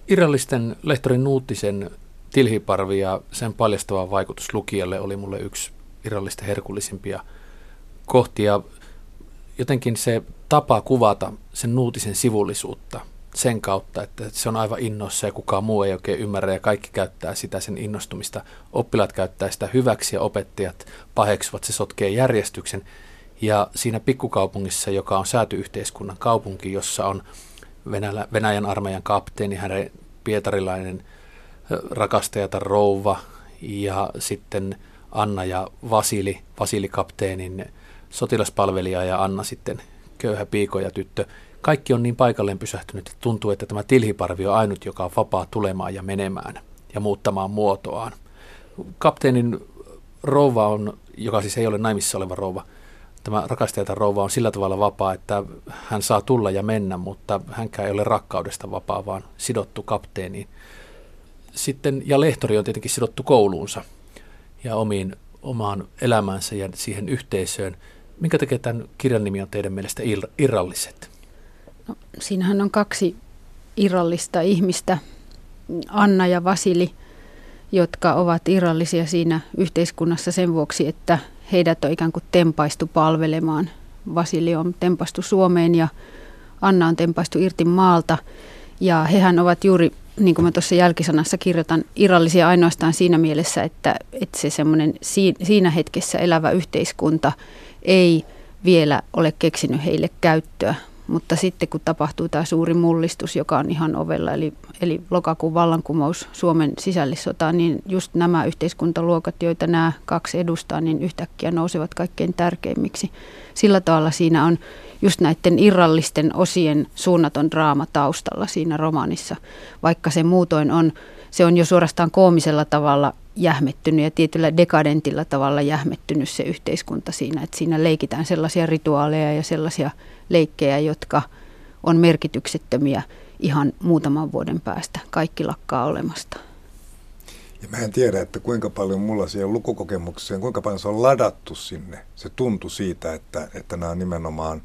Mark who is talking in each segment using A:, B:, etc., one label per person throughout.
A: Irrallisten lehtori Nuuttisen Tilhiparvi ja sen paljastava vaikutus lukijalle oli mulle yksi irrallisten herkullisimpia kohtia. Jotenkin se tapa kuvata sen Nuutisen sivullisuutta sen kautta, että se on aivan innossa ja kukaan muu ei oikein ymmärrä ja kaikki käyttää sitä sen innostumista. Oppilaat käyttää sitä hyväksi ja opettajat paheksuvat, se sotkee järjestyksen. Ja siinä pikkukaupungissa, joka on sääty-yhteiskunnan kaupunki, jossa on Venäjän armeijan kapteeni, hänen pietarilainen rakastajatar rouva ja sitten Anna ja Vasili kapteenin sotilaspalvelija ja Anna sitten köyhä piiko ja tyttö. Kaikki on niin paikalleen pysähtynyt, että tuntuu, että tämä Tilhiparvi on ainut, joka on vapaa tulemaan ja menemään ja muuttamaan muotoaan. Kapteenin rouva on, joka siis ei ole naimissa oleva rouva, tämä rakastajatar rouva on sillä tavalla vapaa, että hän saa tulla ja mennä, mutta hänkään ei ole rakkaudesta vapaa, vaan sidottu kapteeniin. Sitten, ja lehtori on tietenkin sidottu kouluunsa ja omaan elämäänsä ja siihen yhteisöön. Minkä takia tämän kirjan nimi on teidän mielestä Irralliset?
B: No, siinähän on kaksi irrallista ihmistä, Anna ja Vasili, jotka ovat irrallisia siinä yhteiskunnassa sen vuoksi, että heidät on ikään kuin tempaistu palvelemaan. Vasili on tempaistu Suomeen ja Anna on tempaistu irti maalta. Ja hehän ovat juuri, niin kuin mä tuossa jälkisanassa kirjoitan, irrallisia ainoastaan siinä mielessä, että se semmoinen siinä hetkessä elävä yhteiskunta ei vielä ole keksinyt heille käyttöä. Mutta sitten kun tapahtuu tämä suuri mullistus, joka on ihan ovella, eli lokakuun vallankumous, Suomen sisällissota, niin just nämä yhteiskuntaluokat, joita nämä kaksi edustaa, niin yhtäkkiä nousevat kaikkein tärkeimmiksi. Sillä tavalla siinä on just näiden irrallisten osien suunnaton draama taustalla siinä romaanissa, vaikka se muutoin se on jo suorastaan koomisella tavalla jähmettynyt ja tietyllä dekadentilla tavalla jähmettynyt se yhteiskunta siinä, että siinä leikitään sellaisia rituaaleja ja sellaisia leikkejä, jotka on merkityksettömiä ihan muutaman vuoden päästä. Kaikki lakkaa olemasta.
C: Ja mä en tiedä, että kuinka paljon mulla siihen lukukokemukseen, kuinka paljon se on ladattu sinne. Se tuntui siitä, että nämä on nimenomaan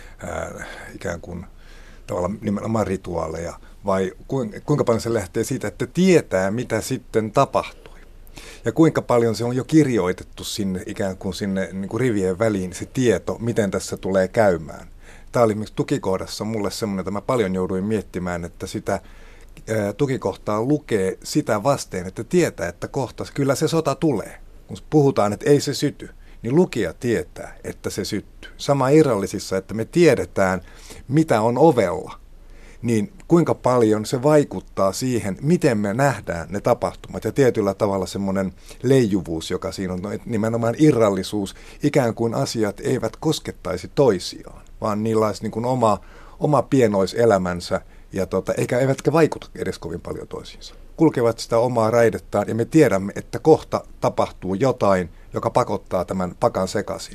C: ikään kuin tavallaan nimenomaan rituaaleja. Vai kuinka paljon se lähtee siitä, että tietää, mitä sitten tapahtui. Ja kuinka paljon se on jo kirjoitettu sinne ikään kuin sinne niin kuin rivien väliin se tieto, miten tässä tulee käymään. Tämä oli esimerkiksi tukikohdassa mulle semmoinen, että mä paljon jouduin miettimään, että sitä tukikohtaa lukee sitä vasten, että tietää, että kohta kyllä se sota tulee. Kun puhutaan, että ei se syty, niin lukija tietää, että se syttyy. Sama irrallisissa, että me tiedetään, mitä on ovella. Niin kuinka paljon se vaikuttaa siihen, miten me nähdään ne tapahtumat. Ja tietyllä tavalla semmoinen leijuvuus, joka siinä on, nimenomaan irrallisuus, ikään kuin asiat eivät koskettaisi toisiaan, vaan niillä olisi niin kuin oma pienoiselämänsä, ja eivätkä vaikuta edes kovin paljon toisiinsa. Kulkevat sitä omaa raidettaan, ja me tiedämme, että kohta tapahtuu jotain, joka pakottaa tämän pakan sekaisin.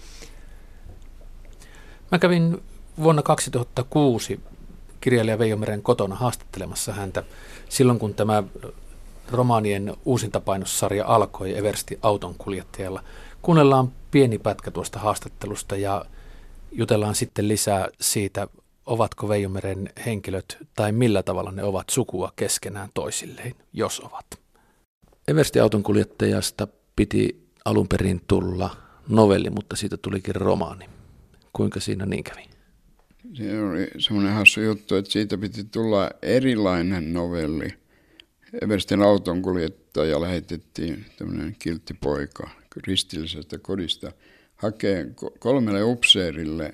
A: Mä kävin vuonna 2006 kirjailija Veijo Meren kotona haastattelemassa häntä silloin, kun tämä romaanien uusintapainossarja alkoi Eversti autonkuljettajalla. Kuunnellaan pieni pätkä tuosta haastattelusta ja jutellaan sitten lisää siitä, ovatko Veijo Meren henkilöt tai millä tavalla ne ovat sukua keskenään toisilleen, jos ovat. Eversti autonkuljettajasta piti alun perin tulla novelli, mutta siitä tulikin romaani. Kuinka siinä niin kävi?
D: Se oli semmoinen hassu juttu, että siitä piti tulla erilainen novelli. Everstin autonkuljettaja lähetettiin tämmöinen kiltti poika kristillisestä kodista hakee 3 upseerille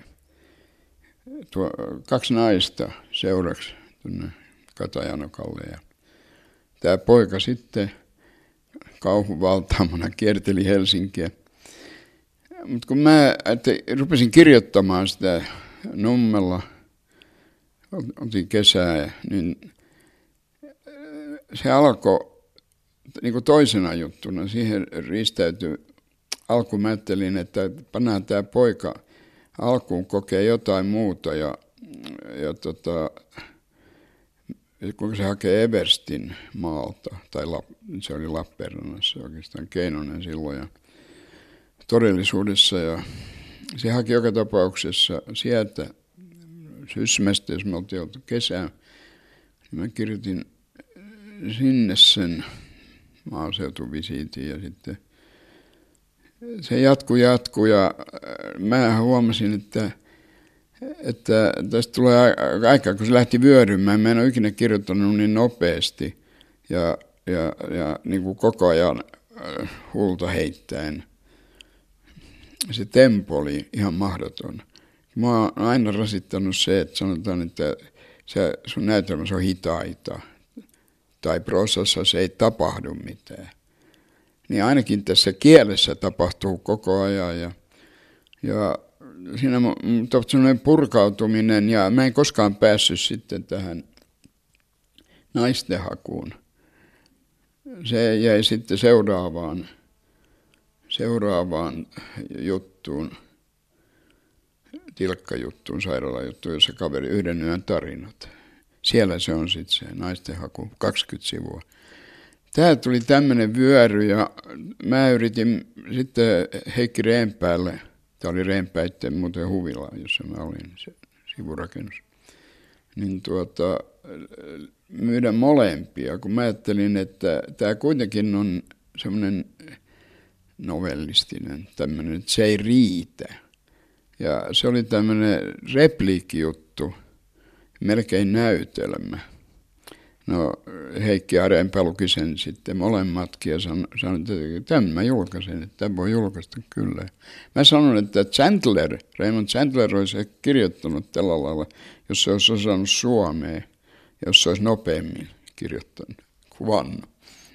D: 2 naista seuraksi tuonne Katajanokalle. Ja tämä poika sitten kauhun valtaamana kierteli Helsinkiä. Mutta kun mä rupesin kirjoittamaan sitä Nummella, oltiin kesää, niin se alkoi niin kuin toisena juttuna. Siihen ristäytyi. Alkuun mä ajattelin, että pannaan tämä poika alkuun kokee jotain muuta ja kun se hakee Everstin maalta, tai se oli Lappeenrannassa oikeastaan Keinonen silloin ja todellisuudessa, ja se haki joka tapauksessa sieltä Sysmästä, jos me oltiin oltu kesää, niin mä kirjoitin sinne sen maaseutuvisiitin ja sitten se jatkui ja mä huomasin, että tästä tulee aika, kun se lähti vyörymään. Mä en ole ikinä kirjoittanut niin nopeasti ja niin kuin koko ajan huulta heittäen. Se tempo oli ihan mahdoton. Mä oon aina rasittanut se, että sanotaan, että sun näytelmässä on hitaita tai prosassa se ei tapahdu mitään. Niin ainakin tässä kielessä tapahtuu koko ajan ja siinä on sellainen purkautuminen ja mä en koskaan päässyt sitten tähän naistenhakuun. Se jäi sitten seuraavaan juttuun, tilkkajuttuun, sairaalajuttuun, jossa kaveri yhden yön tarinat. Siellä se on sitten se naistenhaku, 20 sivua. Tää tuli tämmöinen vyöry ja mä yritin sitten Heikki Reenpäälle, tämä oli Reenpäitten muuten huvila, jossa mä olin, se sivurakennus, niin myydä molempia, kun mä ajattelin, että tämä kuitenkin on semmoinen novellistinen tämmöinen, että se ei riitä. Ja se oli tämmöinen repliikkijuttu, melkein näytelmä. No Heikki Reenpää luki sen sitten molemmatkin ja sanoi, että tämän mä julkaisen, että tämän voi julkaista kyllä. Mä sanon, että Raymond Chandler olisi kirjoittanut tällä lailla, jos se olisi osannut suomea, jos se olisi nopeammin kirjoittanut, kuvannut.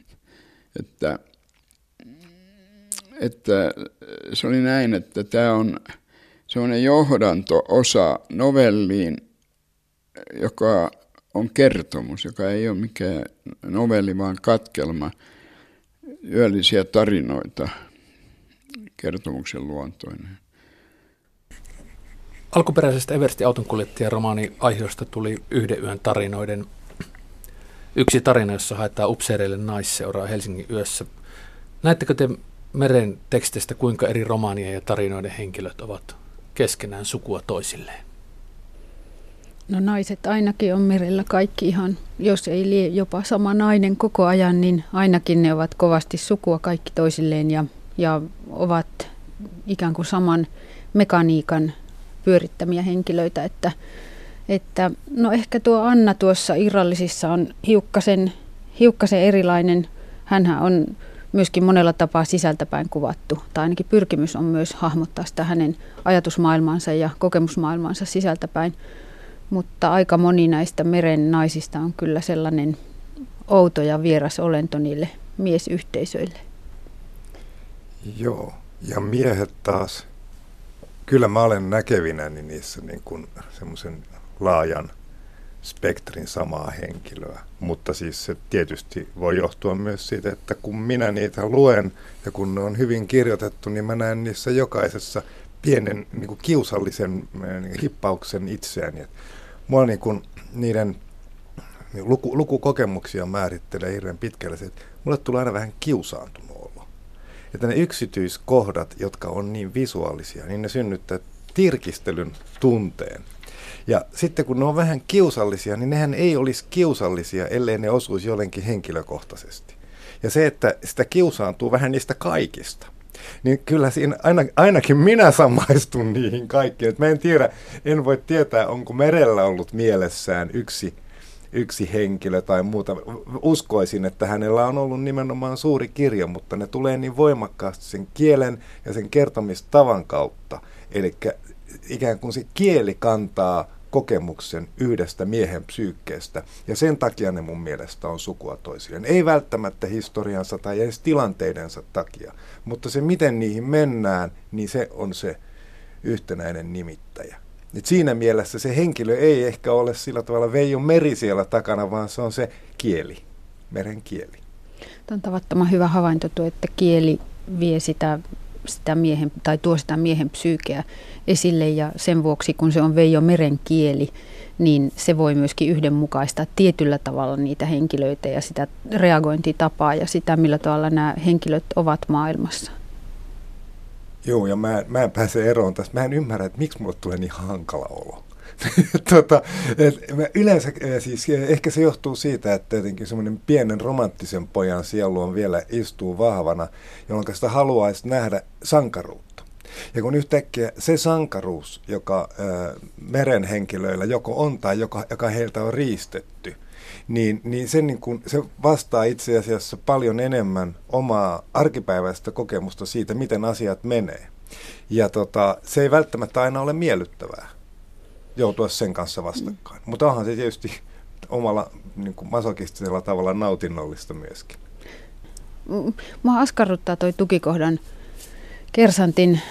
D: Että se oli näin, että tämä on semmoinen johdanto-osa novelliin, joka on kertomus, joka ei ole mikään novelli, vaan katkelma, yöllisiä tarinoita, kertomuksen luontoinen.
A: Alkuperäisestä Eversti autonkuljettajan romaani aiheesta tuli Yhden yön tarinoiden yksi tarina, jossa haetaan upseereille naisseuraa Helsingin yössä. Näettekö te Meren teksteistä, kuinka eri romaanien ja tarinoiden henkilöt ovat keskenään sukua toisilleen?
B: No naiset ainakin on Merellä kaikki ihan, jos ei lie jopa sama nainen koko ajan, niin ainakin ne ovat kovasti sukua kaikki toisilleen ja ovat ikään kuin saman mekaniikan pyörittämiä henkilöitä, että no ehkä tuo Anna tuossa Irrallisissa on hiukkasen erilainen. Hänhän on myöskin monella tapaa sisältäpäin kuvattu, tai ainakin pyrkimys on myös hahmottaa sitä hänen ajatusmaailmansa ja kokemusmaailmansa sisältäpäin. Mutta aika moni näistä Meren naisista on kyllä sellainen outo ja vieras olento niille miesyhteisöille.
C: Joo, ja miehet taas, kyllä mä olen näkevinäni niissä niin kuin semmoisen laajan spektrin samaa henkilöä. Mutta siis se tietysti voi johtua myös siitä, että kun minä niitä luen ja kun ne on hyvin kirjoitettu, niin mä näen niissä jokaisessa pienen niin kuin kiusallisen hippauksen itseäni. Mua niin kuin niiden lukukokemuksia määrittelee hirveän pitkälle se, että mulle tulee aina vähän kiusaantunut olo. Että ne yksityiskohdat, jotka on niin visuaalisia, niin ne synnyttää tirkistelyn tunteen. Ja sitten kun ne on vähän kiusallisia, niin nehän ei olisi kiusallisia, ellei ne osuisi jollekin henkilökohtaisesti. Ja se, että sitä kiusaantuu vähän niistä kaikista, niin kyllä siinä ainakin minä samaistun niihin kaikkiin. Mä en voi tietää, onko Merellä ollut mielessään yksi henkilö tai muuta. Uskoisin, että hänellä on ollut nimenomaan suuri kirja, mutta ne tulee niin voimakkaasti sen kielen ja sen kertomistavan kautta. Eli ikään kuin se kieli kantaa kokemuksen yhdestä miehen psyykkeestä, ja sen takia ne mun mielestä on sukua toisilleen. Ei välttämättä historiansa tai edes tilanteidensa takia, mutta se miten niihin mennään, niin se on se yhtenäinen nimittäjä. Et siinä mielessä se henkilö ei ehkä ole sillä tavalla Veijo Meri siellä takana, vaan se on se kieli, meren kieli.
B: Tämä on tavattoman hyvä havainto tuo, että kieli vie sitä miehen, tai tuo sitä miehen psyykeä esille, ja sen vuoksi, kun se on Veijo Meren kieli, niin se voi myöskin yhdenmukaistaa tietyllä tavalla niitä henkilöitä ja sitä reagointitapaa ja sitä, millä tavalla nämä henkilöt ovat maailmassa.
C: Joo, ja mä en pääse eroon tästä. Mä en ymmärrä, että miksi mulle tulee niin hankala olo. Yleensä siis ehkä se johtuu siitä, että tietenkin semmoinen pienen romanttisen pojan sielu on vielä istuu vahvana, jolloin sitä haluaisi nähdä sankaruutta. Ja kun yhtäkkiä se sankaruus, joka meren henkilöillä joko on tai joka heiltä on riistetty, niin se vastaa itse asiassa paljon enemmän omaa arkipäiväistä kokemusta siitä, miten asiat menee. Ja se ei välttämättä aina ole miellyttävää joutua sen kanssa vastakkain. Mutta onhan se tietysti omalla niin kuin masokistisella tavalla nautinnollista myöskin.
B: Mua askarruttaa toi tukikohdan kersantin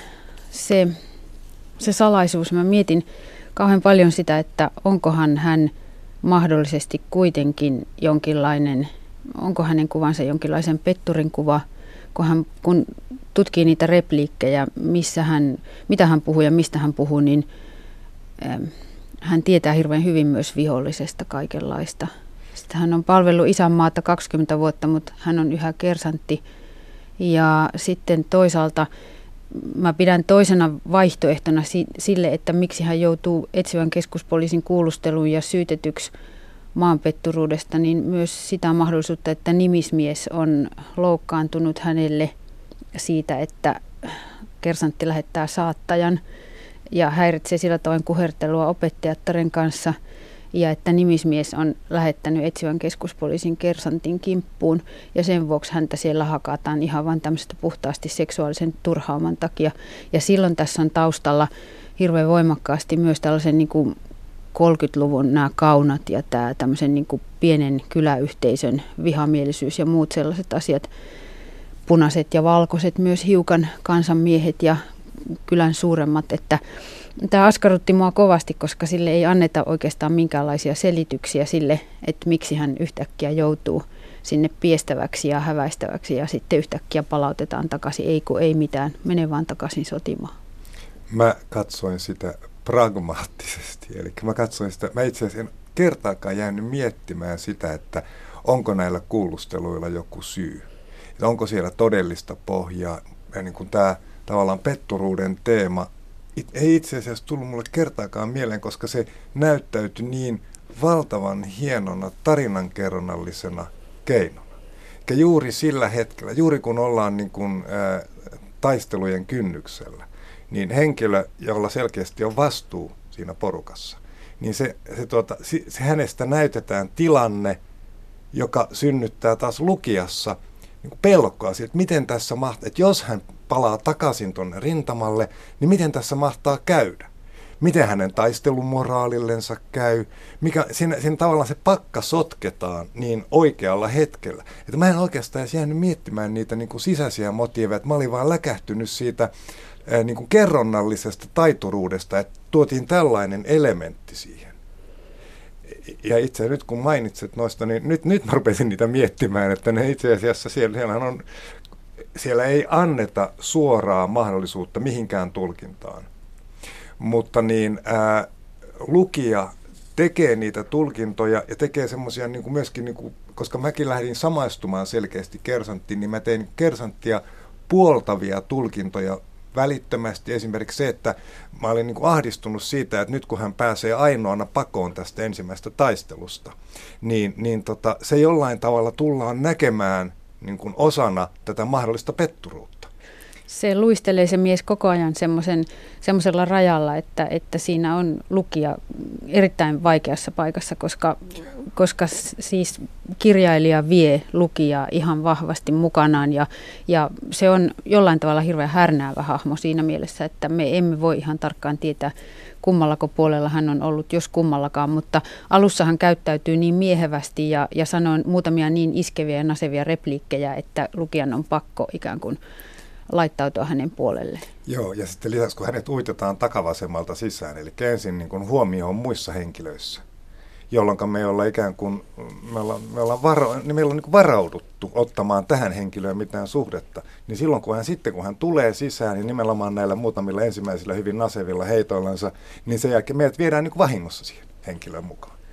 B: se salaisuus. Mä mietin kauhean paljon sitä, että onkohan hän mahdollisesti kuitenkin jonkinlainen, onko hänen kuvansa jonkinlaisen petturin kuva, kun tutkii niitä repliikkejä, mitä hän puhuu ja mistä hän puhuu, niin hän tietää hirveän hyvin myös vihollisesta kaikenlaista. Sitten hän on palvellut isänmaata 20 vuotta, mutta hän on yhä kersantti. Ja sitten toisaalta mä pidän toisena vaihtoehtona sille, että miksi hän joutuu etsivän keskuspoliisin kuulusteluun ja syytetyksi maanpetturuudesta, niin myös sitä mahdollisuutta, että nimismies on loukkaantunut hänelle siitä, että kersantti lähettää saattajan ja häiritsee sillä tavoin kuhertelua opettajattaren kanssa, ja että nimismies on lähettänyt etsivän keskuspoliisin kersantin kimppuun, ja sen vuoksi häntä siellä hakataan ihan vain tämmöistä puhtaasti seksuaalisen turhauman takia. Ja silloin tässä on taustalla hirveän voimakkaasti myös tällaisen niin kuin 30-luvun nämä kaunat ja tämä tämmöisen niin kuin pienen kyläyhteisön vihamielisyys ja muut sellaiset asiat, punaiset ja valkoiset, myös hiukan kansanmiehet ja kylän suuremmat, että tämä askarrutti mua kovasti, koska sille ei anneta oikeastaan minkäänlaisia selityksiä sille, että miksi hän yhtäkkiä joutuu sinne piestäväksi ja häväistäväksi ja sitten yhtäkkiä palautetaan takaisin, ei mitään, mene vaan takaisin sotimaan.
C: Mä katsoin sitä pragmaattisesti, eli mä itse asiassa en kertaakaan jäänyt miettimään sitä, että onko näillä kuulusteluilla joku syy, että onko siellä todellista pohjaa, ja niin kuin tämä tavallaan petturuuden teema ei itse asiassa tullut mulle kertaakaan mieleen, koska se näyttäytyi niin valtavan hienona tarinankerronnallisena keinona. Ja juuri sillä hetkellä, juuri kun ollaan niin kuin, taistelujen kynnyksellä, niin henkilö, jolla selkeästi on vastuu siinä porukassa, niin se hänestä näytetään tilanne, joka synnyttää taas lukijassa niin kuin pelkoa siitä, että miten tässä mahtaa, että jos hän palaa takaisin tuonne rintamalle, niin miten tässä mahtaa käydä? Miten hänen taistelumoraalillensa käy? Siinä tavallaan se pakka sotketaan niin oikealla hetkellä. Että mä en oikeastaan edes jäänyt miettimään niitä niin kuin sisäisiä motiiveja, että mä olin vaan läkähtynyt siitä niin kuin kerronnallisesta taituruudesta, että tuotiin tällainen elementti siihen. Ja itse nyt kun mainitset noista, niin nyt mä rupesin niitä miettimään, että ne itse asiassa siellä ei anneta suoraa mahdollisuutta mihinkään tulkintaan. Mutta lukija tekee niitä tulkintoja ja tekee semmoisia niin myöskin, niin kuin, koska mäkin lähdin samaistumaan selkeästi kersanttiin, niin mä tein kersanttia puoltavia tulkintoja välittömästi. Esimerkiksi se, että mä olin niin kuin ahdistunut siitä, että nyt kun hän pääsee ainoana pakoon tästä ensimmäisestä taistelusta, niin se jollain tavalla tullaan näkemään niin kuin osana tätä mahdollista petturuutta.
B: Se luistelee se mies koko ajan semmoisella rajalla, että siinä on lukija erittäin vaikeassa paikassa, koska siis kirjailija vie lukijaa ihan vahvasti mukanaan ja se on jollain tavalla hirveän härnäävä hahmo siinä mielessä, että me emme voi ihan tarkkaan tietää, kummallako puolella hän on ollut, jos kummallakaan, mutta alussa hän käyttäytyy niin miehevästi ja sanoo muutamia niin iskeviä ja nasevia repliikkejä, että lukijan on pakko ikään kuin laittautua hänen puolelle. Joo,
C: ja sitten lisäksi kun hänet uitetaan takavasemmalta sisään, eli ensin niin kuin huomioon muissa henkilöissä, jolloin me ollaan ikään kuin, meillä on niin kuin varauduttu ottamaan tähän henkilöön mitään suhdetta, niin silloin kun hän tulee sisään, niin nimenomaan näillä muutamilla ensimmäisillä hyvin nasevilla heitoillansa, niin sen jälkeen meidät viedään niin kuin vahingossa siihen henkilöön mukaan.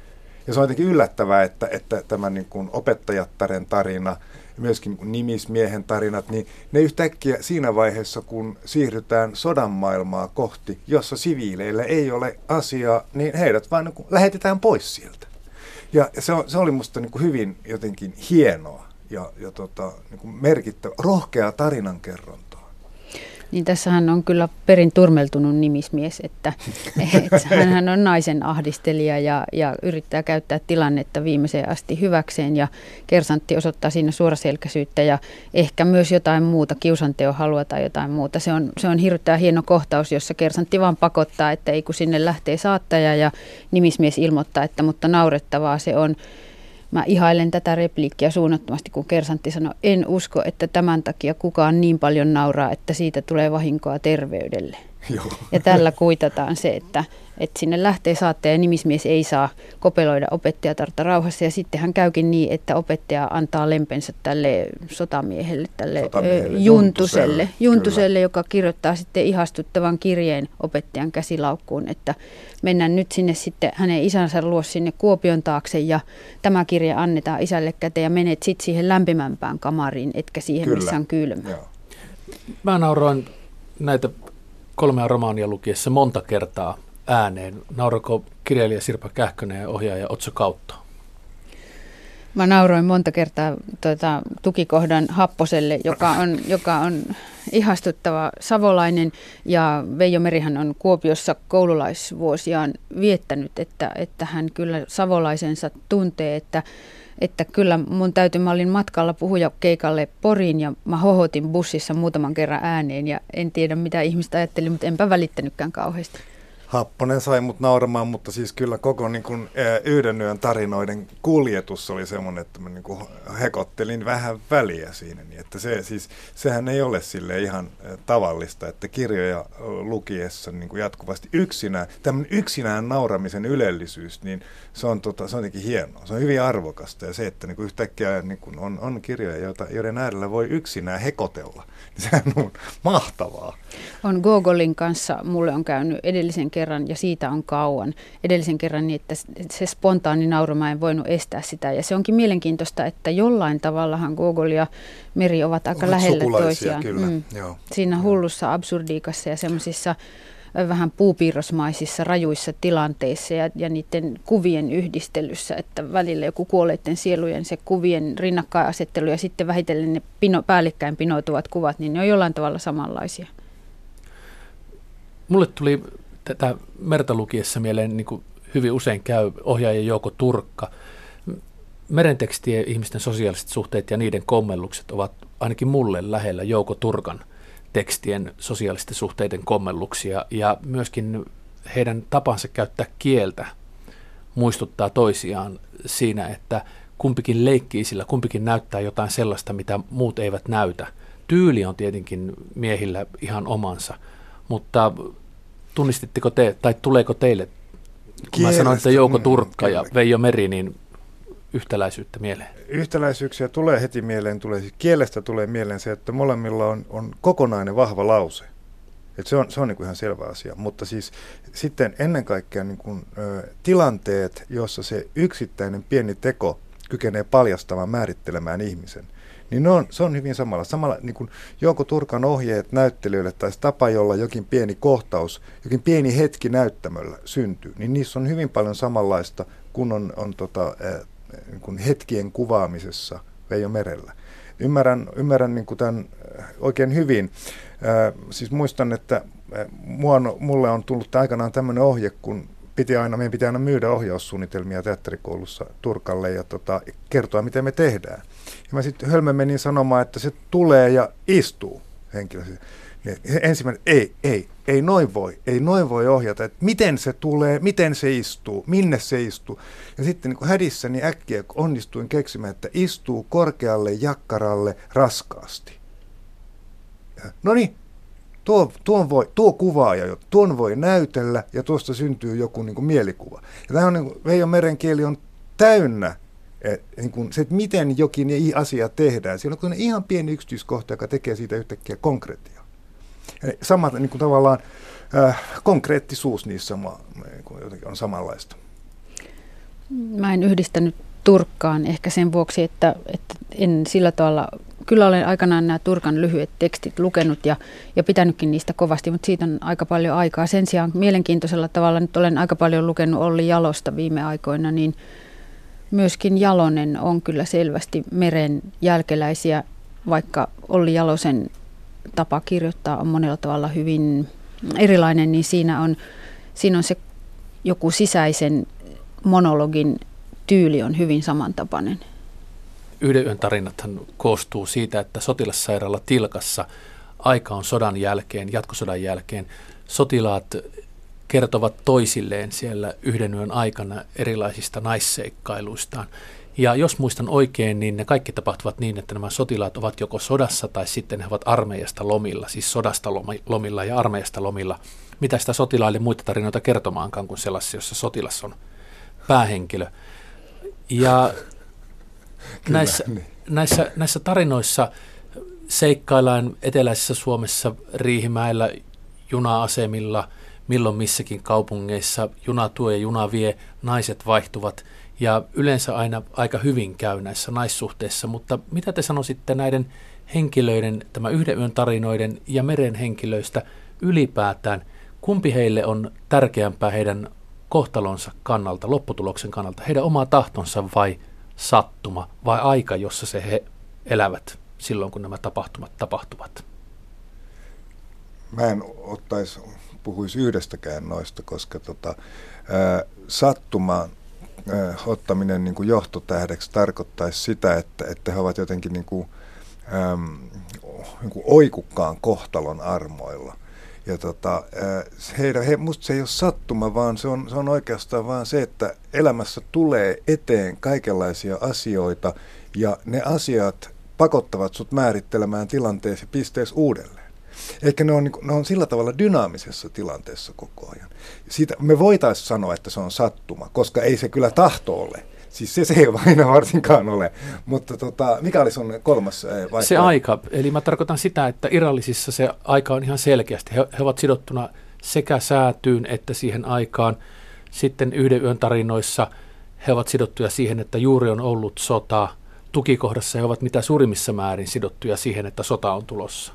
C: Ja se on jotenkin yllättävää, että tämä niin kuin opettajattaren tarina ja myöskin niin kuin nimismiehen tarinat, niin ne yhtäkkiä siinä vaiheessa, kun siirrytään sodan maailmaa kohti, jossa siviileillä ei ole asiaa, niin heidät vaan niin kuin lähetetään pois sieltä. Ja se oli musta niin kuin hyvin jotenkin hienoa ja niin kuin merkittävä, rohkea tarinankerrontaa.
B: Niin tässähän on kyllä perin turmeltunut nimismies, että hänhän on naisen ahdistelija ja yrittää käyttää tilannetta viimeiseen asti hyväkseen ja kersantti osoittaa siinä suoraselkäisyyttä ja ehkä myös jotain muuta, kiusanteon halua tai jotain muuta. Se on hirveän hieno kohtaus, jossa kersantti vaan pakottaa, että ei kun sinne lähtee saattaja ja nimismies ilmoittaa, että mutta naurettavaa se on. Mä ihailen tätä repliikkiä suunnattomasti, kun kersantti sanoi, en usko, että tämän takia kukaan niin paljon nauraa, että siitä tulee vahinkoa terveydelle.
C: Joo.
B: Ja tällä kuitataan se, että sinne lähtee saattaja ja nimismies ei saa kopeloida opettajatarta rauhassa. Ja sitten hän käykin niin, että opettaja antaa lempensä tälle sotamiehelle, tälle Juntuselle, joka kirjoittaa sitten ihastuttavan kirjeen opettajan käsilaukkuun, että mennään nyt sinne sitten hänen isänsä luo sinne Kuopion taakse ja tämä kirje annetaan isälle käteen ja menet sitten siihen lämpimämpään kamariin, etkä siihen, missä on kylmä.
C: Joo.
A: Mä nauroin näitä 3 romaania lukiessa monta kertaa ääneen. Naurako kirjailija Sirpa Kähkönen ja ohjaaja Otso Kautto?
B: Mä nauroin monta kertaa tukikohdan Happoselle, joka on ihastuttava savolainen ja Veijo Merihän on Kuopiossa koululaisvuosiaan viettänyt, että hän kyllä savolaisensa tuntee, että kyllä mä olin matkalla puhujakeikalle Poriin ja mä hohotin bussissa muutaman kerran ääneen ja en tiedä mitä ihmistä ajatteli, mutta enpä välittänytkään kauheasti.
C: Happonen sai mut nauramaan, mutta siis kyllä koko niin kuin, yhden yön tarinoiden kuljetus oli semmoinen, että mä niin kuin hekottelin vähän väliä siinä. Niin että sehän ei ole sille ihan tavallista, että kirjoja lukiessa niin kuin jatkuvasti tämmöinen yksinään nauramisen ylellisyys, niin se on jotenkin hienoa. Se on hyvin arvokasta ja se, että niin kuin yhtäkkiä niin kuin on kirjoja, joiden äärellä voi yksinään hekotella, niin sehän on mahtavaa.
B: On Gogolin kanssa, mulle on käynyt edellisen kerran ja siitä on kauan. Edellisen kerran niin, että se spontaani nauru, mä en voinut estää sitä. Ja se onkin mielenkiintoista, että jollain tavallahan Gogol ja Meri ovat aika lähellä toisiaan.
C: Kyllä. Joo.
B: Siinä hullussa absurdiikassa ja semmoisissa vähän puupiirrosmaisissa rajuissa tilanteissa ja niiden kuvien yhdistelyssä, että välillä joku kuolleiden sielujen se kuvien rinnakkainasettelu ja sitten vähitellen ne päällekkäin pinoutuvat kuvat, niin ne on jollain tavalla samanlaisia.
A: Mulle tuli tätä Merta lukiessa mieleen, niin kuin hyvin usein käy ohjaaja Jouko Turkka. Merentekstien ihmisten sosiaaliset suhteet ja niiden kommellukset ovat ainakin mulle lähellä Jouko Turkan tekstien sosiaalisten suhteiden kommelluksia ja myöskin heidän tapansa käyttää kieltä muistuttaa toisiaan siinä, että kumpikin leikkii sillä, kumpikin näyttää jotain sellaista, mitä muut eivät näytä. Tyyli on tietenkin miehillä ihan omansa, mutta tunnistitteko te, tai tuleeko teille, kun mä sanoin, että Jouko Turkka ja Veijo Meri, niin yhtäläisyyttä mieleen?
C: Yhtäläisyyksiä tulee heti mieleen, kielestä tulee mieleen se, että molemmilla on kokonainen vahva lause. Et se on niin kuin ihan selvä asia, mutta siis sitten ennen kaikkea niin kuin, tilanteet, joissa se yksittäinen pieni teko kykenee paljastamaan, määrittelemään ihmisen, niin se on hyvin samalla niin kuin Jouko Turkan ohjeet näyttelijöille tai tapa, jolla jokin pieni kohtaus, jokin pieni hetki näyttämöllä syntyy, niin niissä on hyvin paljon samanlaista kuin on niin kuin hetkien kuvaamisessa Veijo Merellä. Ymmärrän niin kuin tämän oikein hyvin. Siis muistan, että mulle on tullut aikanaan tämmöinen ohje, kun meidän piti aina myydä ohjaussuunnitelmia teatterikoulussa Turkalle ja kertoa, miten me tehdään. Ja mä sitten hölmömenin sanomaan, että se tulee ja istuu henkilö. Ensimmäinen, ei noin voi ohjata, että miten se tulee, miten se istuu, minne se istuu. Ja sitten niin hädissäni äkkiä onnistuin keksimään, että istuu korkealle jakkaralle raskaasti. No niin, tuo kuvaaja, tuon voi näytellä ja tuosta syntyy joku niin kuin mielikuva. Ja tämä on niin kuin, Veijo Meren kieli on täynnä niin kuin se, että miten jokin asia tehdään. Siellä on ihan pieni yksityiskohta, joka tekee siitä yhtäkkiä konkreettia. Sama niin kuin tavallaan konkreettisuus niissä jotenkin on samanlaista.
B: Mä en yhdistänyt Turkkaan ehkä sen vuoksi, että en sillä tavalla, kyllä olen aikanaan nämä Turkan lyhyet tekstit lukenut ja pitänytkin niistä kovasti, mutta siitä on aika paljon aikaa. Sen sijaan mielenkiintoisella tavalla nyt olen aika paljon lukenut Olli Jalosta viime aikoina, niin myöskin Jalonen on kyllä selvästi meren jälkeläisiä, vaikka Olli Jalosen tapa kirjoittaa on monella tavalla hyvin erilainen, niin siinä on se joku sisäisen monologin tyyli on hyvin samantapainen.
A: Yhden yön tarinathan koostuu siitä, että sotilassairaala Tilkassa aika on sodan jälkeen, jatkosodan jälkeen. Sotilaat kertovat toisilleen siellä yhden yön aikana erilaisista naisseikkailuistaan. Ja jos muistan oikein, niin ne kaikki tapahtuvat niin, että nämä sotilaat ovat joko sodassa tai sitten he ovat armeijasta lomilla, siis sodasta lomilla ja armeijasta lomilla. Mitä sitä sotilaille muita tarinoita kertomaankaan kuin sellaisia, jossa sotilas on päähenkilö. Ja näissä tarinoissa seikkaillaan eteläisessä Suomessa Riihimäellä, juna-asemilla, milloin missäkin kaupungeissa, juna tuo ja juna vie, naiset vaihtuvat ja yleensä aina aika hyvin käy näissä naissuhteissa, mutta mitä te sanoisitte näiden henkilöiden, tämä yhden yön tarinoiden ja meren henkilöistä ylipäätään, kumpi heille on tärkeämpää heidän kohtalonsa kannalta, lopputuloksen kannalta, heidän oma tahtonsa vai sattuma vai aika, jossa he elävät silloin, kun nämä tapahtumat tapahtuvat?
C: Mä en puhuisi yhdestäkään noista, koska sattumaan ottaminen niin kuin johtotähdeksi tarkoittaisi sitä, että he ovat jotenkin niin kuin oikukkaan kohtalon armoilla. Ja musta se ei ole sattuma, vaan se on oikeastaan vaan se, että elämässä tulee eteen kaikenlaisia asioita ja ne asiat pakottavat sut määrittelemään tilanteessa ja pisteessä uudelleen. Eikä ne on sillä tavalla dynaamisessa tilanteessa koko ajan. Siitä me voitaisiin sanoa, että se on sattuma, koska ei se kyllä tahto ole. Siis se ei aina varsinkaan ole. Mutta mikä oli sun kolmas vaihtoehto?
A: Se aika. Eli mä tarkoitan sitä, että irrallisissa se aika on ihan selkeästi. He ovat sidottuna sekä säätyyn että siihen aikaan. Sitten yhden yön tarinoissa he ovat sidottuja siihen, että juuri on ollut sota. Tukikohdassa he ovat mitä suurimmissa määrin sidottuja siihen, että sota on tulossa.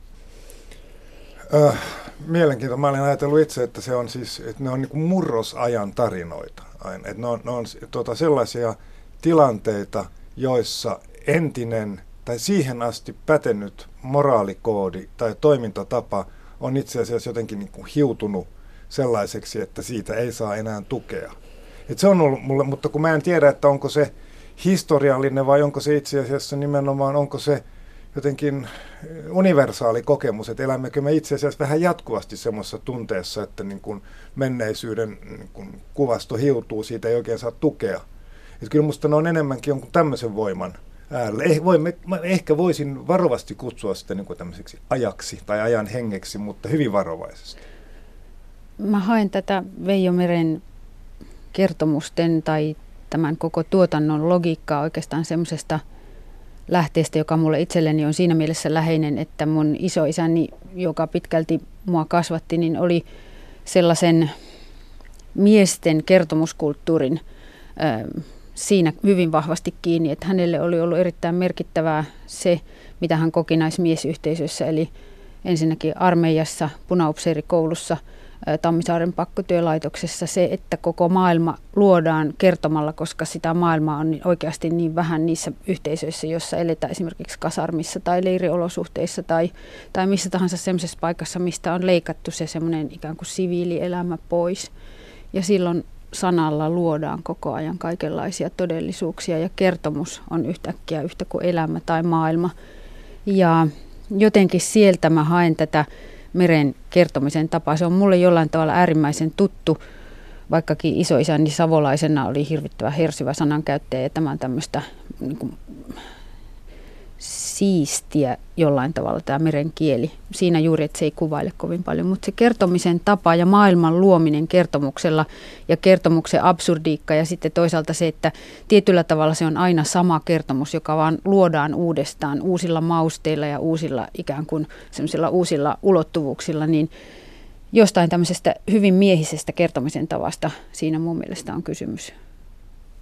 C: Mielenkiintoista. Mä olen ajatellut itse, että se on siis, että ne on niin kuin murrosajan tarinoita aina. Että ne on sellaisia tilanteita, joissa entinen tai siihen asti pätenyt moraalikoodi tai toimintatapa on itse asiassa jotenkin niin kuin hiutunut sellaiseksi, että siitä ei saa enää tukea. Et se on ollut mulle, mutta kun mä en tiedä, että onko se historiallinen vai onko se itse asiassa nimenomaan, onko se jotenkin universaali kokemus, että elämmekö me itse asiassa vähän jatkuvasti semmoisessa tunteessa, että niin kuin menneisyyden niin kuin kuvasto hiutuu, siitä ei oikein saa tukea. Että kyllä musta ne on enemmänkin jonkun tämmöisen voiman äärellä. Mä ehkä voisin varovasti kutsua sitä niin kuin tämmöiseksi ajaksi tai ajan hengeksi, mutta hyvin varovaisesti.
B: Mä haen tätä Veijo Meren kertomusten tai tämän koko tuotannon logiikkaa oikeastaan semmoisesta lähteestä, joka mulle itselleni on siinä mielessä läheinen, että mun isoisäni, joka pitkälti mua kasvatti, niin oli sellaisen miesten kertomuskulttuurin siinä hyvin vahvasti kiinni, että hänelle oli ollut erittäin merkittävää se, mitä hän koki näissä miesyhteisöissä, eli ensinnäkin armeijassa, punaupseerikoulussa, Tammisaaren pakkotyölaitoksessa se, että koko maailma luodaan kertomalla, koska sitä maailmaa on oikeasti niin vähän niissä yhteisöissä, joissa eletään esimerkiksi kasarmissa tai leiriolosuhteissa tai missä tahansa semmoisessa paikassa, mistä on leikattu se semmoinen ikään kuin siviilielämä pois. Ja silloin sanalla luodaan koko ajan kaikenlaisia todellisuuksia ja kertomus on yhtäkkiä yhtä kuin elämä tai maailma. Ja jotenkin sieltä mä haen tätä Meren kertomisen tapa. Se on mulle jollain tavalla äärimmäisen tuttu, vaikkakin isoisäni savolaisena oli hirvittävän hersyvä sanankäyttäjä ja tämä on tämmöistä niin kuin siistiä jollain tavalla tämä meren kieli. Siinä juuri, että se ei kuvaile kovin paljon, mutta se kertomisen tapa ja maailman luominen kertomuksella ja kertomuksen absurdiikka ja sitten toisaalta se, että tietyllä tavalla se on aina sama kertomus, joka vaan luodaan uudestaan uusilla mausteilla ja uusilla ikään kuin semmoisilla uusilla ulottuvuuksilla, niin jostain tämmöisestä hyvin miehisestä kertomisen tavasta siinä mun mielestä on kysymys.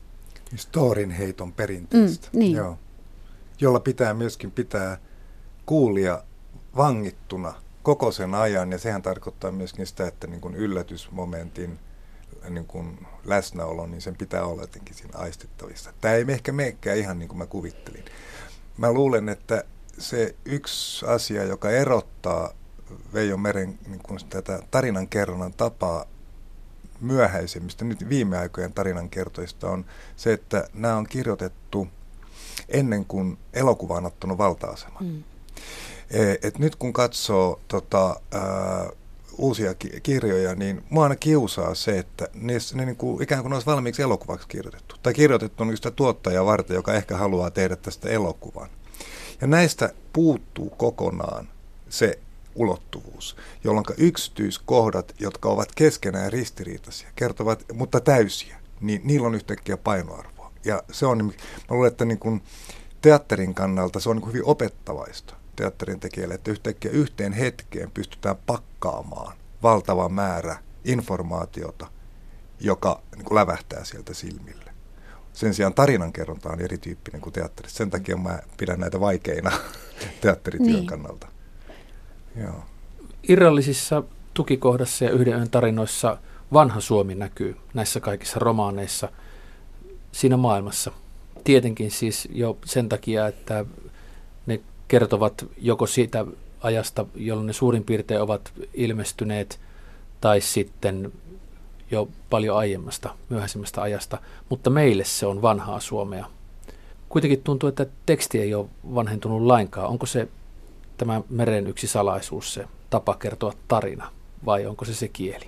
C: Storinheiton perinteestä,
B: niin.
C: Joo. Jolla pitää myöskin pitää kuulija vangittuna koko sen ajan, ja sehän tarkoittaa myöskin sitä, että niin kuin yllätysmomentin niin kuin läsnäolo, niin sen pitää olla jotenkin siinä aistittavissa. Tämä ei ehkä menekään ihan niin kuin mä kuvittelin. Mä luulen, että se yksi asia, joka erottaa Veijo Meren niin kuin tätä tarinankerronnan tapaa myöhäisemmistä, nyt viime aikojen tarinankertoista, on se, että nämä on kirjoitettu ennen kuin elokuva on ottanut valta-aseman. Et nyt kun katsoo uusia kirjoja, niin mua aina kiusaa se, että ne niin kuin, ikään kuin olisi valmiiksi elokuvaksi kirjoitettu. Tai kirjoitettu sitä tuottajaa varten, joka ehkä haluaa tehdä tästä elokuvan. Ja näistä puuttuu kokonaan se ulottuvuus, jolloin yksityiskohdat, jotka ovat keskenään ristiriitaisia, kertovat, mutta täysiä, niin niillä on yhtäkkiä painoarvoa. Ja se on, mä luulen, että niin kuin teatterin kannalta se on niin kuin hyvin opettavaista teatterin tekijälle, että yhtäkkiä yhteen hetkeen pystytään pakkaamaan valtava määrä informaatiota, joka niin kuin lävähtää sieltä silmille. Sen sijaan tarinankerronta on erityyppinen kuin teatterissa. Sen takia mä pidän näitä vaikeina teatterityön kannalta. Joo.
A: Irrallisissa tukikohdassa ja yhden yön tarinoissa vanha Suomi näkyy näissä kaikissa romaaneissa siinä maailmassa. Tietenkin siis jo sen takia, että ne kertovat joko siitä ajasta, jolloin ne suurin piirtein ovat ilmestyneet, tai sitten jo paljon aiemmasta, myöhäisemmästä ajasta, mutta meille se on vanhaa Suomea. Kuitenkin tuntuu, että teksti ei ole vanhentunut lainkaan. Onko se tämä Meren yksi salaisuus, se tapa kertoa tarina, vai onko se kieli?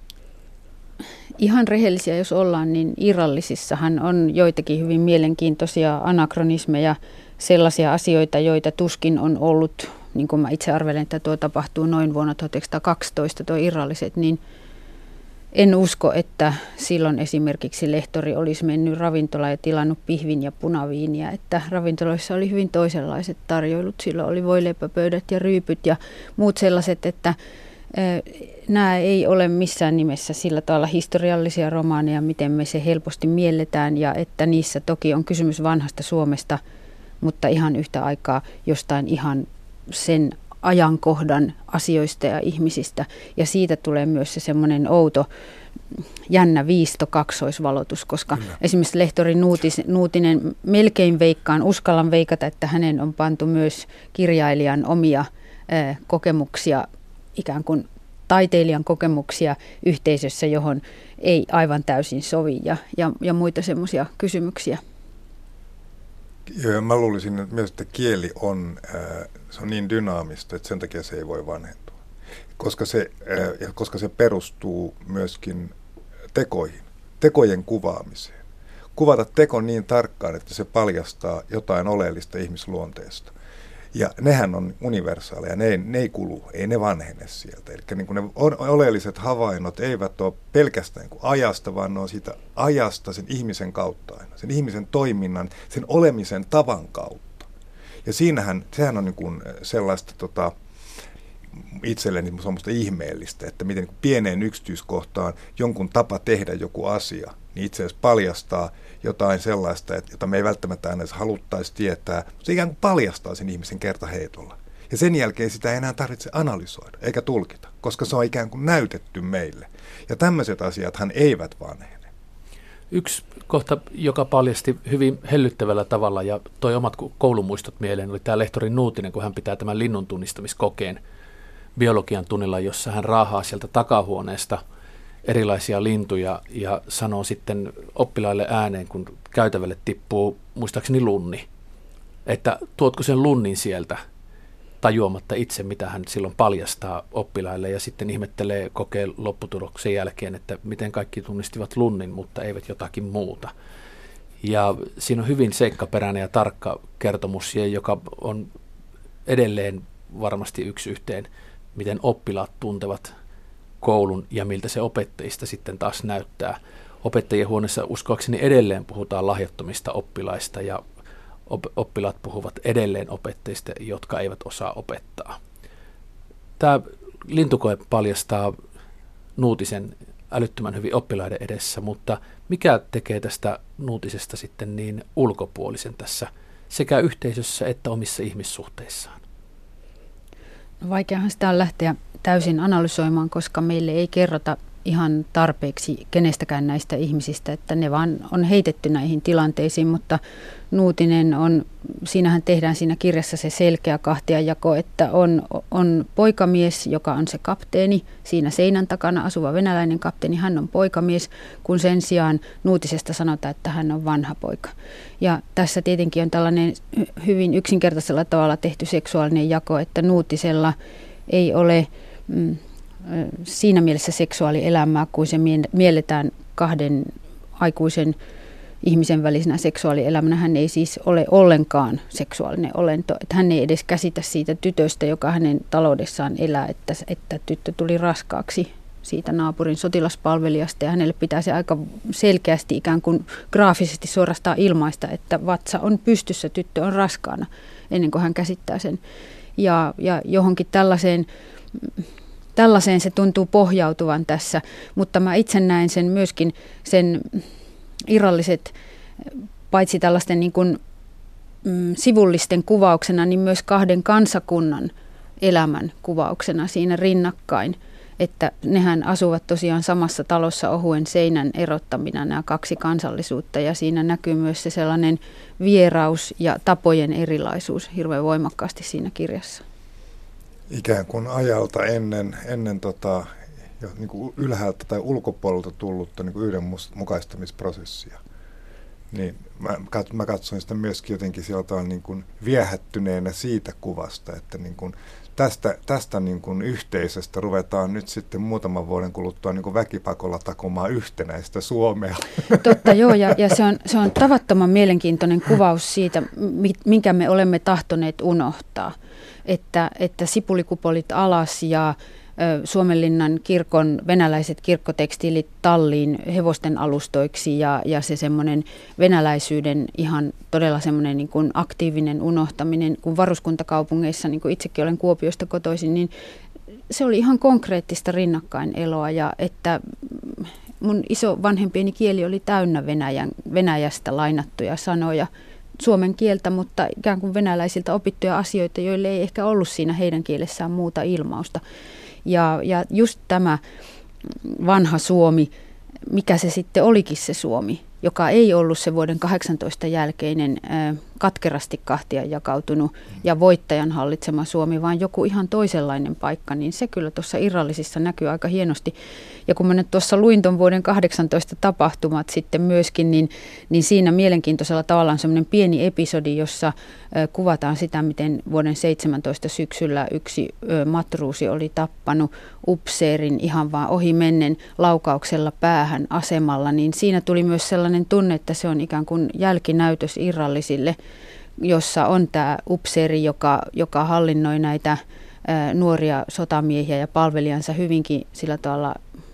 B: Ihan rehellisiä jos ollaan, niin irrallisissahan on joitakin hyvin mielenkiintoisia anakronismeja, sellaisia asioita, joita tuskin on ollut, niin kuin mä itse arvelen, että tuo tapahtuu noin vuonna 1912, tuo irralliset, niin en usko, että silloin esimerkiksi lehtori olisi mennyt ravintolaan ja tilannut pihvin ja punaviiniä, että ravintoloissa oli hyvin toisenlaiset tarjoilut. Silloin oli voileipäpöydät ja ryypyt ja muut sellaiset, että nämä ei ole missään nimessä sillä tavalla historiallisia romaaneja, miten me se helposti mielletään, ja että niissä toki on kysymys vanhasta Suomesta, mutta ihan yhtä aikaa jostain ihan sen ajankohdan asioista ja ihmisistä. Ja siitä tulee myös se semmoinen outo, jännä viisto kaksoisvalotus, koska esimerkiksi lehtori Nuutinen melkein uskallan veikata, että hänen on pantu myös kirjailijan omia kokemuksia, ikään kuin taiteilijan kokemuksia yhteisössä, johon ei aivan täysin sovi, ja muita semmoisia kysymyksiä.
C: Mä luulisin että myös, että kieli on, se on niin dynaamista, että sen takia se ei voi vanhentua. Koska se perustuu myöskin tekojen kuvaamiseen. Kuvata teko niin tarkkaan, että se paljastaa jotain oleellista ihmisluonteesta. Ja nehän on universaaleja, ne ei kulu, ei ne vanhene sieltä. Eli niin kuin ne oleelliset havainnot eivät ole pelkästään ajasta, vaan ne on siitä ajasta sen ihmisen kautta aina, sen ihmisen toiminnan, sen olemisen tavan kautta. Ja sehän on niin kuin sellaista itselleni semmoista ihmeellistä, että miten niin pieneen yksityiskohtaan jonkun tapa tehdä joku asia, niin itse asiassa paljastaa jotain sellaista, jota me ei välttämättä aina edes haluttaisi tietää, mutta se ikään kuin paljastaa sen ihmisen kertaheitolla. Ja sen jälkeen sitä ei enää tarvitse analysoida eikä tulkita, koska se on ikään kuin näytetty meille. Ja tämmöiset asiathan eivät vanhene.
A: Yksi kohta, joka paljasti hyvin hellyttävällä tavalla ja toi omat koulumuistot mieleen, oli tämä lehtori Nuutinen, kun hän pitää tämän linnun tunnistamiskokeen biologian tunnilla, jossa hän raahaa sieltä takahuoneesta erilaisia lintuja ja sanoo sitten oppilaille ääneen, kun käytävälle tippuu muistaakseni lunni, että tuotko sen lunnin sieltä tajuamatta itse, mitä hän silloin paljastaa oppilaille, ja sitten ihmettelee kokeen lopputuloksen jälkeen, että miten kaikki tunnistivat lunnin, mutta eivät jotakin muuta. Ja siinä on hyvin seikkaperäinen ja tarkka kertomus, joka on edelleen varmasti yksi yhteen, miten oppilaat tuntevat koulun ja miltä se opettajista sitten taas näyttää. Opettajien huoneessa uskoakseni edelleen puhutaan lahjattomista oppilaista ja oppilaat puhuvat edelleen opettajista, jotka eivät osaa opettaa. Tämä lintukoe paljastaa Nuutisen älyttömän hyvin oppilaiden edessä, mutta Mikä tekee tästä Nuutisesta sitten niin ulkopuolisen tässä sekä yhteisössä että omissa ihmissuhteissaan?
B: No vaikeahan sitä on lähteä täysin analysoimaan, koska meille ei kerrota ihan tarpeeksi kenestäkään näistä ihmisistä, että ne vaan on heitetty näihin tilanteisiin, mutta Nuutinen on, siinähän tehdään siinä kirjassa se selkeä kahtiajako, että on poikamies, joka on se kapteeni, siinä seinän takana asuva venäläinen kapteeni, hän on poikamies, kun sen sijaan Nuutisesta sanotaan, että hän on vanha poika. Ja tässä tietenkin on tällainen hyvin yksinkertaisella tavalla tehty seksuaalinen jako, että Nuutisella ei ole siinä mielessä seksuaalielämää, kuin se mielletään kahden aikuisen ihmisen välisenä seksuaalielämänä. Hän ei siis ole ollenkaan seksuaalinen olento. Että hän ei edes käsitä siitä tytöstä, joka hänen taloudessaan elää, että tyttö tuli raskaaksi siitä naapurin sotilaspalvelijasta. Ja hänelle pitää se aika selkeästi ikään kuin graafisesti suorastaan ilmaista, että vatsa on pystyssä, tyttö on raskaana, ennen kuin hän käsittää sen. Ja johonkin tällaiseen se tuntuu pohjautuvan tässä, mutta mä itse näen sen myöskin sen irralliset, paitsi tällaisten niin kuin, sivullisten kuvauksena, niin myös kahden kansakunnan elämän kuvauksena siinä rinnakkain. Että nehän asuvat tosiaan samassa talossa ohuen seinän erottamina nämä kaksi kansallisuutta ja siinä näkyy myös se sellainen vieraus ja tapojen erilaisuus hirveän voimakkaasti siinä kirjassa.
C: Ikään kuin ajalta ennen jo niin kuin ylhäältä tai ulkopuolelta tullutta niin kuin yhdenmukaistamisprosessia. Niin mä katsoin sitä myöskin jotenkin sieltä niin kuin viehättyneenä siitä kuvasta, että niin kuin tästä niin kuin yhteisöstä ruvetaan nyt sitten muutaman vuoden kuluttua niin kuin väkipakolla takomaan yhtenäistä Suomea.
B: Totta, joo, ja se on tavattoman mielenkiintoinen kuvaus siitä, minkä me olemme tahtoneet unohtaa. Että sipulikupolit alas ja Suomenlinnan kirkon venäläiset kirkkotekstiilit talliin hevosten alustoiksi ja se semmoinen venäläisyyden ihan todella semmoinen niin kuin aktiivinen unohtaminen, kun varuskuntakaupungeissa, niin kuin itsekin olen Kuopiosta kotoisin, niin se oli ihan konkreettista rinnakkaineloa ja että mun iso vanhempieni kieli oli täynnä Venäjästä lainattuja sanoja, suomen kieltä, mutta ikään kuin venäläisiltä opittuja asioita, joille ei ehkä ollut siinä heidän kielessään muuta ilmausta. Ja just tämä vanha Suomi, mikä se sitten olikin se Suomi, joka ei ollut se vuoden 18 jälkeinen katkerasti kahtia jakautunut ja voittajan hallitsema Suomi, vaan joku ihan toisenlainen paikka, niin se kyllä tuossa irrallisissa näkyy aika hienosti. Ja kun mä nyt tuossa luin tuon vuoden 18 tapahtumat sitten myöskin, niin siinä mielenkiintoisella tavalla on semmoinen pieni episodi, jossa kuvataan sitä, miten vuoden 17 syksyllä yksi matruusi oli tappanut upseerin ihan vaan ohimennen laukauksella päähän asemalla, niin siinä tuli myös sellainen tunne, että se on ikään kuin jälkinäytös irrallisille, jossa on tämä upseeri, joka hallinnoi näitä nuoria sotamiehiä ja palvelijansa hyvinkin sillä tavalla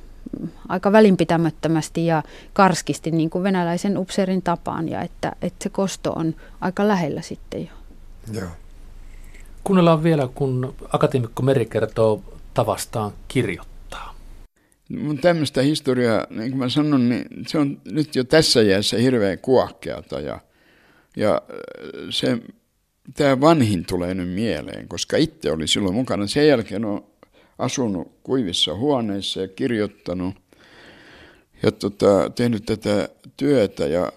B: aika välinpitämättömästi ja karskisti niin kuin venäläisen upseerin tapaan ja että se kosto on aika lähellä sitten jo.
C: Joo.
A: Kuunnellaan vielä, kun akateemikko Meri kertoo tavastaan kirjoittaa.
D: Mun tämmöistä historiaa, niin kuin mä sanon, niin se on nyt jo tässä iässä hirveän kuohkeata ja tämä vanhin tulee nyt mieleen, koska itse oli silloin mukana. Sen jälkeen on asunut kuivissa huoneissa ja kirjoittanut ja tehnyt tätä työtä ja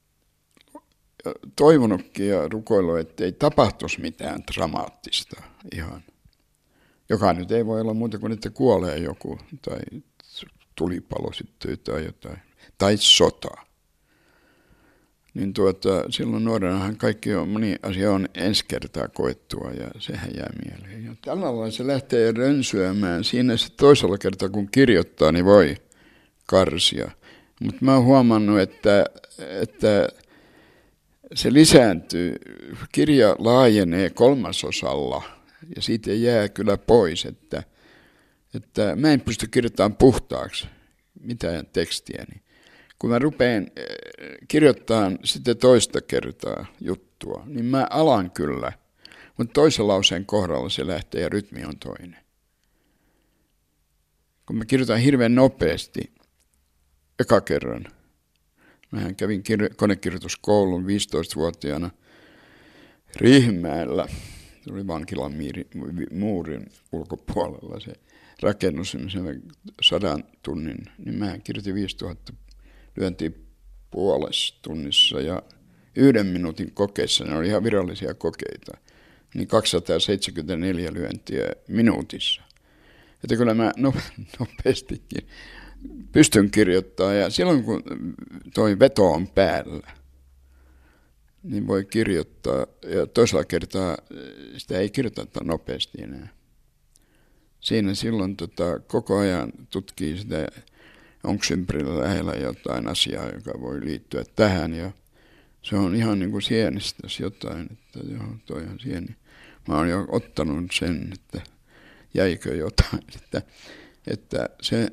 D: toivonutkin ja rukoillut, että ei tapahtuisi mitään dramaattista ihan. Joka nyt ei voi olla muuta kuin, että kuolee joku tai tulipalo sitten tai jotain. Tai sota. Niin silloin nuorenahan moni asia on ensi kertaa koettua ja sehän jää mieleen. Ja tällä lailla se lähtee rönsyämään. Siinä se toisella kertaa kun kirjoittaa, niin voi karsia. Mutta mä oon huomannut, että se lisääntyy. Kirja laajenee 3/3 ja siitä jää kyllä pois, että mä en pysty kirjoittamaan puhtaaksi mitään tekstiäni. Kun mä rupean kirjoittamaan sitten toista kertaa juttua, niin mä alan kyllä, mutta toisen lauseen kohdalla se lähtee ja rytmi on toinen. Kun mä kirjoitan hirveän nopeasti eka kerran, Mähän kävin konekirjoituskoulun 15-vuotiaana Riihimäellä. Se oli vankilan muurin ulkopuolella se rakennus, sen 100 tunnin. Niin mä kirjoitin 5000 lyöntiä puolessa tunnissa ja 1 minuutin kokeissa, ne oli ihan virallisia kokeita, niin 274 lyöntiä minuutissa. Että kyllä mä nopeastikin pystyn kirjoittamaan ja silloin kun toi veto on päällä, niin voi kirjoittaa ja toisella kertaa sitä ei kirjoiteta nopeasti enää. Siinä silloin koko ajan tutkii sitä, onko ympärillä lähellä jotain asiaa, joka voi liittyä tähän ja se on ihan niin kuin sienistäisi jotain, että joo, toi on sieni. Mä oon jo ottanut sen, että jäikö jotain, että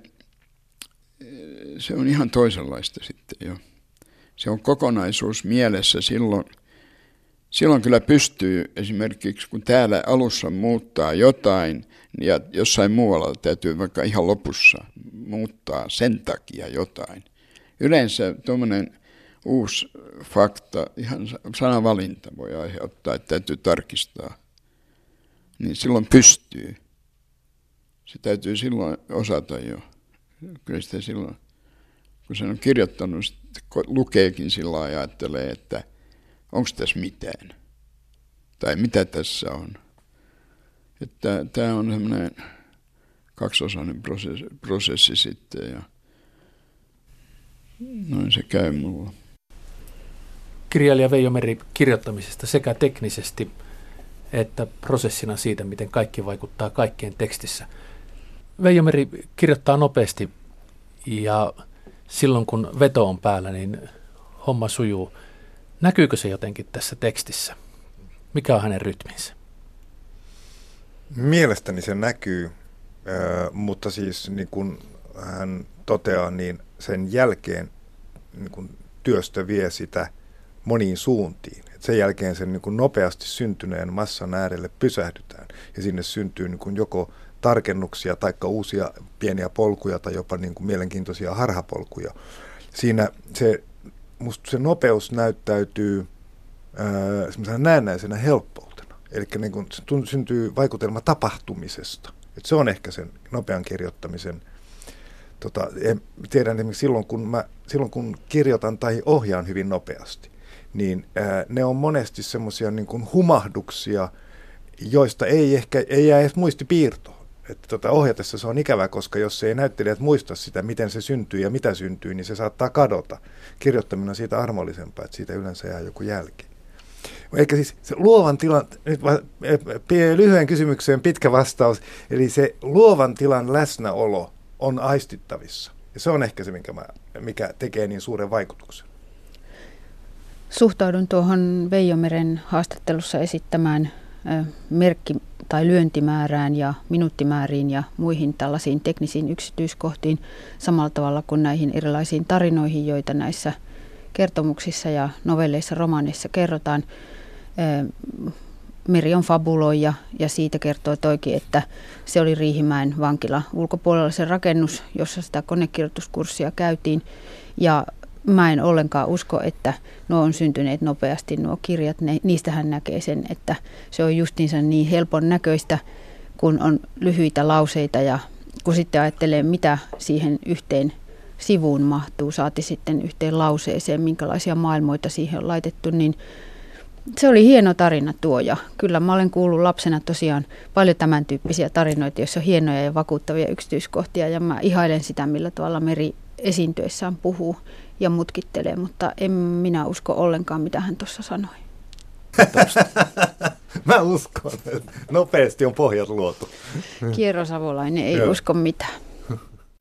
D: se on ihan toisenlaista sitten jo. Se on kokonaisuus mielessä silloin kyllä pystyy esimerkiksi, kun täällä alussa muuttaa jotain ja jossain muualla täytyy vaikka ihan lopussa muuttaa sen takia jotain. Yleensä tuommoinen uusi fakta, ihan sanavalinta voi aiheuttaa, että täytyy tarkistaa. Niin silloin pystyy. Se täytyy silloin osata jo. Kyllä sitä silloin, kun sen on kirjoittanut, lukeekin silloin ajattelee, että onko tässä mitään. Tai mitä tässä on. Että tämä on semmoinen kaksiosainen prosessi sitten ja noin se käy mulla.
A: Kirjailija Veijo Meri kirjoittamisesta sekä teknisesti että prosessina siitä, miten kaikki vaikuttaa kaikkeen tekstissä. Veijo Meri kirjoittaa nopeasti ja silloin kun veto on päällä, niin homma sujuu. Näkyykö se jotenkin tässä tekstissä? Mikä on hänen rytminsä?
C: Mielestäni se näkyy, mutta siis niin kuin hän toteaa, niin sen jälkeen niin kuin työstö vie sitä moniin suuntiin. Et sen jälkeen sen niin kuin nopeasti syntyneen massan äärelle pysähdytään ja sinne syntyy niin kuin joko tarkennuksia tai uusia pieniä polkuja tai jopa niin kuin mielenkiintoisia harhapolkuja. Siinä musta se nopeus näyttäytyy semmoisena näennäisenä helppoutena. Eli niin kuin syntyy vaikutelma tapahtumisesta. Et se on ehkä sen nopean kirjoittamisen. Tiedän esimerkiksi silloin, kun kirjoitan tai ohjaan hyvin nopeasti, niin ne on monesti semmoisia niin kuin humahduksia, joista ei jää edes muistipiirtoa. Että ohjatessa se on ikävä, koska jos ei näyttelijät muista sitä, miten se syntyy ja mitä syntyy, niin se saattaa kadota. Kirjoittaminen on siitä armollisempaa, että siitä yleensä jää joku jälki. Eikä siis se luovan tilan, nyt lyhyen kysymykseen pitkä vastaus, eli se luovan tilan läsnäolo on aistittavissa. Ja se on ehkä se, mikä tekee niin suuren vaikutuksen.
B: Suhtaudun tuohon Veijo Meren haastattelussa esittämään merkki- tai lyöntimäärään ja minuuttimääriin ja muihin tällaisiin teknisiin yksityiskohtiin samalla tavalla kuin näihin erilaisiin tarinoihin, joita näissä kertomuksissa ja novelleissa, romaaneissa kerrotaan. Meri on fabuloija ja siitä kertoo toikin, että se oli Riihimäen vankila ulkopuolella se rakennus, jossa sitä konekirjoituskurssia käytiin. Ja mä en ollenkaan usko, että nuo on syntyneet nopeasti nuo kirjat. Niistähän näkee sen, että se on justiinsa niin helpon näköistä, kun on lyhyitä lauseita ja kun sitten ajattelee, mitä siihen yhteen sivuun mahtuu, saati sitten yhteen lauseeseen, minkälaisia maailmoita siihen on laitettu, niin se oli hieno tarina tuo ja kyllä mä olen kuullut lapsena tosiaan paljon tämän tyyppisiä tarinoita, joissa on hienoja ja vakuuttavia yksityiskohtia ja mä ihailen sitä, millä tavalla Meri esiintyessään puhuu ja mutkittelee, mutta en minä usko ollenkaan, mitä hän tuossa sanoi.
C: Mä uskon, että nopeasti on pohjat luotu.
B: Kiero Savolainen ei usko mitään.